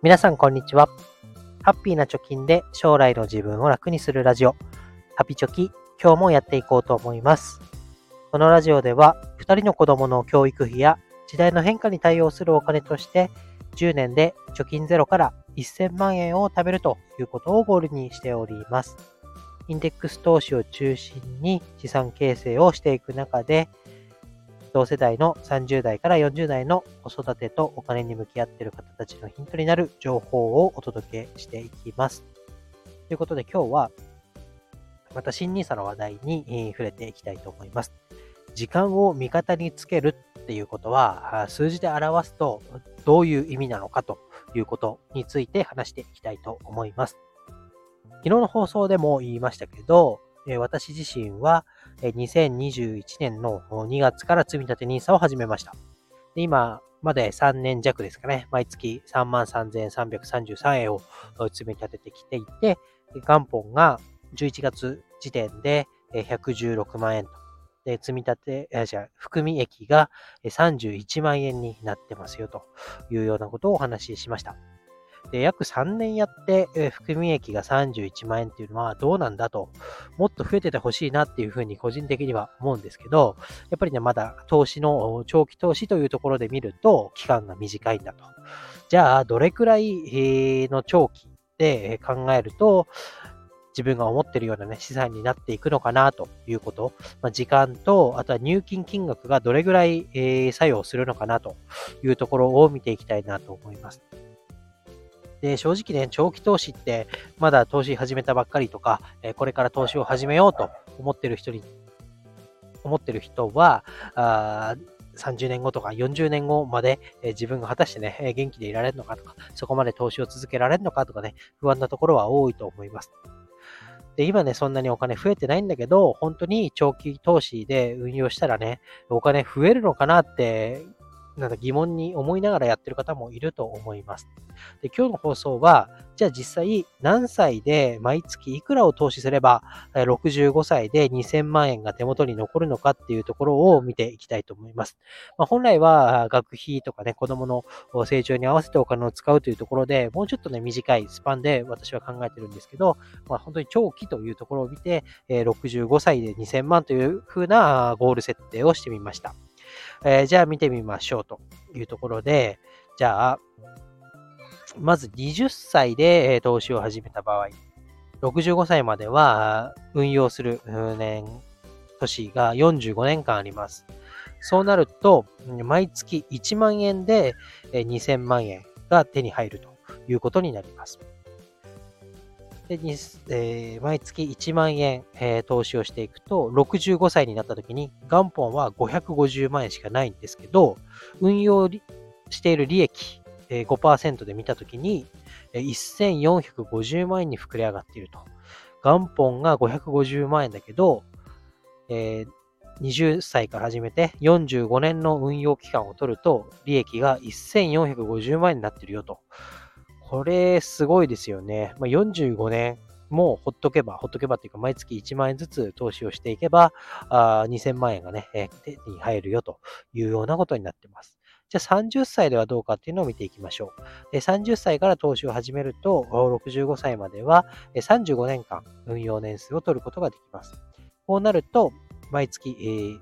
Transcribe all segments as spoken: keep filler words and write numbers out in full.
皆さんこんにちは。ハッピーな貯金で将来の自分を楽にするラジオ、ハピチョキ、今日もやっていこうと思います。このラジオでは、ふたりの子供の教育費や時代の変化に対応するお金として、じゅうねんで貯金ゼロからせんまんえんを貯めるということをゴールにしております。インデックス投資を中心に資産形成をしていく中で、同世代のさんじゅう代からよんじゅう代の子育てとお金に向き合っている方たちのヒントになる情報をお届けしていきます。ということで今日はまた新ニーサの話題に触れていきたいと思います。時間を味方につけるっていうことは数字で表すとどういう意味なのかということについて話していきたいと思います。昨日の放送でも言いましたけど、私自身はにせんにじゅういちねんのにがつから積み立て ニーサ を始めました。で今までさんねん弱ですかね、毎月 さんまんさんぜんさんびゃくさんじゅうさんえんを積み立ててきていて、元本がじゅういちがつ時点でひゃくじゅうろくまんえんと、で積み立て、じゃ含み益がさんじゅういちまんえんになってますよというようなことをお話ししました。で約さんねんやって、えー、含み益がさんじゅういちまんえんっていうのはどうなんだと、もっと増えててほしいなっていうふうに個人的には思うんですけど、やっぱりね、まだ投資の長期投資というところで見ると期間が短いんだと。じゃあ、どれくらいの長期で考えると、自分が思ってるようなね、資産になっていくのかなということ、まあ、時間と、あとは入金金額がどれぐらい、えー、作用するのかなというところを見ていきたいなと思います。で、正直ね、長期投資ってまだ投資始めたばっかりとか、これから投資を始めようと思ってる人に、思ってる人は、あさんじゅうねんごとかよんじゅうねんごまで自分が果たしてね、元気でいられるのかとか、そこまで投資を続けられるのかとかね、不安なところは多いと思います。で、今ね、そんなにお金増えてないんだけど、本当に長期投資で運用したらね、お金増えるのかなってなんか疑問に思いながらやってる方もいると思います。で、今日の放送は、じゃあ実際何歳で毎月いくらを投資すれば、ろくじゅうごさいでにせんまんえんが手元に残るのかっていうところを見ていきたいと思います。まあ、本来は学費とかね、子供の成長に合わせてお金を使うというところで、もうちょっとね、短いスパンで私は考えてるんですけど、まあ、本当に長期というところを見て、ろくじゅうごさいでにせんまんという風なゴール設定をしてみました。えー、じゃあ見てみましょうというところで、じゃあ、まずはたちで投資を始めた場合、ろくじゅうごさいまでは運用する年、年がよんじゅうごねんかんあります。そうなると、毎月いちまんえんでにせんまんえんが手に入るということになります。でえー、毎月いちまんえん、えー、投資をしていくと、ろくじゅうごさいになった時に元本はごひゃくごじゅうまんえんしかないんですけど、運用している利益、えー、ごパーセントで見た時に、えー、せんよんひゃくごじゅうまんえんに膨れ上がっていると。元本がごひゃくごじゅうまんえんだけど、えー、はたちから始めてよんじゅうごねんの運用期間を取ると、利益がせんよんひゃくごじゅうまんえんになってるよと。これすごいですよね。まあ、よんじゅうごねんもほっとけば、ほっとけばっていうか毎月いちまんえんずつ投資をしていけば、あにせんまんえんがね、えー、手に入るよというようなことになっています。じゃあさんじゅっさいではどうかっていうのを見ていきましょう。でさんじゅっさいから投資を始めると、ろくじゅうごさいまではさんじゅうごねんかん運用年数を取ることができます。こうなると、毎月、えー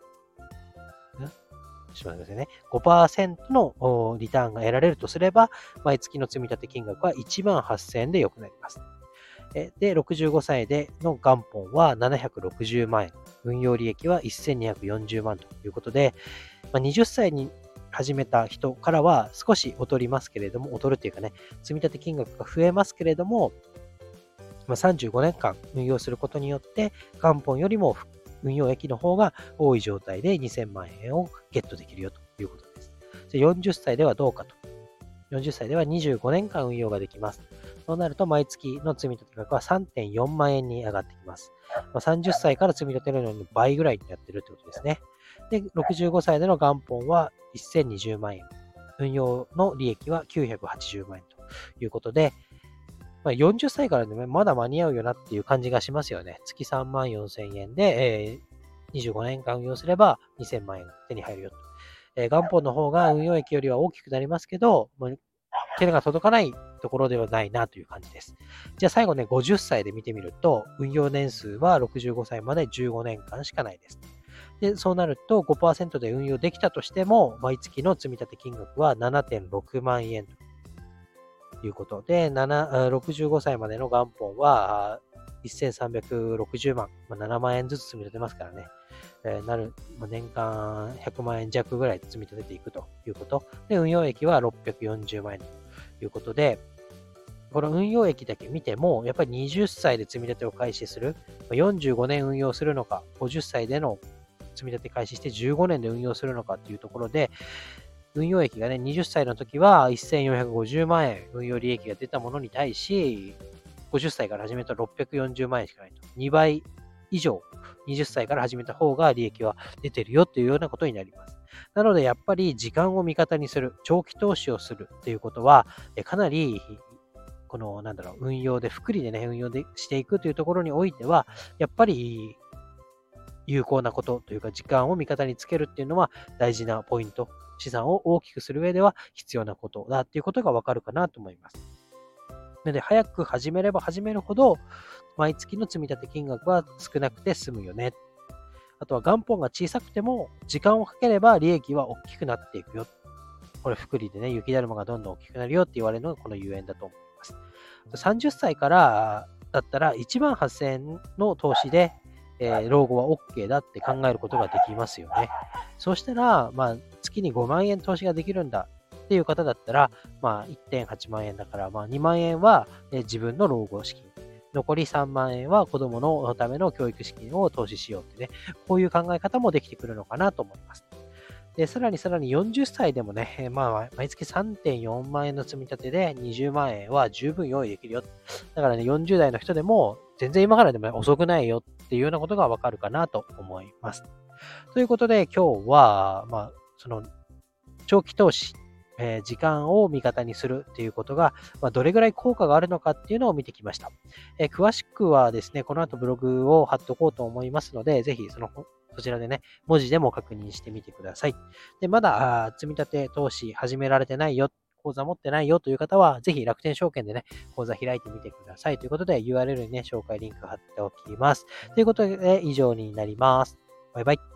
ちょっと待ってくださいね。ごパーセント のリターンが得られるとすれば、毎月の積み立て金額はいちまんはっせんえんで良くなります。で、ろくじゅうごさいでの元本はななひゃくろくじゅうまんえん。運用利益はせんにひゃくよんじゅうまんということで、まあ、はたちに始めた人からは少し劣りますけれども、劣るっていうかね、積み立て金額が増えますけれども、まあ、さんじゅうごねんかん運用することによって、元本よりも運用益の方が多い状態でにせんまんえんをゲットできるよということです。じゃあよんじゅっさいではどうかと。よんじゅっさいではにじゅうごねんかん運用ができます。そうなると毎月の積み立て額は さんてんよんまんえんに上がってきます。まあ、さんじゅっさいから積み立てるのに倍ぐらいになってるってことですね。で、ろくじゅうごさいでの元本はせんにじゅうまんえん。運用の利益はきゅうひゃくはちじゅうまんえんということで、まあ、よんじゅっさいからでもまだ間に合うよなっていう感じがしますよね。月さんまんよんせんえんで、えー、にじゅうごねんかん運用すればにせんまんえん手に入るよと。えー、元本の方が運用益よりは大きくなりますけど、もう手が届かないところではないなという感じです。じゃあ最後ね、ごじゅっさいで見てみると、運用年数はろくじゅうごさいまでじゅうごねんかんしかないです。で、そうなると ごパーセント で運用できたとしても、毎月の積立金額は ななてんろくまんえんということで、ろくじゅうごさいまでの元本はせんさんびゃくろくじゅうまん、まあ、ななまんえんずつ積み立てますからね。えーなる、まあ、年間ひゃくまんえん弱ぐらい積み立てていくということ。で、運用益はろっぴゃくよんじゅうまんえんということで、この運用益だけ見ても、やっぱりはたちで積み立てを開始する、よんじゅうごねん運用するのか、ごじゅっさいでの積み立て開始してじゅうごねんで運用するのかっていうところで、運用益がね、はたちの時はせんよんひゃくごじゅうまんえん運用利益が出たものに対し、ごじゅっさいから始めたろっぴゃくよんじゅうまんえんしかないと。にばい以上、はたちから始めた方が利益は出てるよというようなことになります。なので、やっぱり時間を味方にする、長期投資をするということは、かなり、この、なんだろう、運用で、複利でね、運用でしていくというところにおいては、やっぱり、有効なことというか、時間を味方につけるっていうのは大事なポイント。資産を大きくする上では必要なことだっていうことがわかるかなと思います。なので、早く始めれば始めるほど、毎月の積み立て金額は少なくて済むよね。あとは元本が小さくても、時間をかければ利益は大きくなっていくよ。これ、複利でね、雪だるまがどんどん大きくなるよって言われるのがこのゆえんだと思います。さんじゅっさいからだったらいちまんはっせんえんの投資で、えー、老後は OK だって考えることができますよね。そうしたら、まあ、月にごまんえん投資ができるんだっていう方だったら、まあ、いってんはちまんえんだから、まあ、にまんえんは、えー、自分の老後資金。残りさんまんえんは子供のための教育資金を投資しようってね、こういう考え方もできてくるのかなと思います。で、さらにさらによんじゅっさいでもね、まあ、毎月 さんてんよんまんえんの積み立てでにじゅうまんえんは十分用意できるよ。だからね、よんじゅう代の人でも全然今からでも遅くないよっていうようなことがわかるかなと思います。ということで今日は、まあ、その長期投資、えー時間を味方にするっていうことが、まあ、どれぐらい効果があるのかっていうのを見てきました。えー詳しくはですね、この後ブログを貼っておこうと思いますので、ぜひそのそちらでね、文字でも確認してみてください。で、まだ、あー積み立て投資始められてないよ、口座持ってないよという方は、ぜひ楽天証券でね、口座開いてみてください。ということで、ユーアールエル にね、紹介リンク貼っておきます。ということで、以上になります。バイバイ。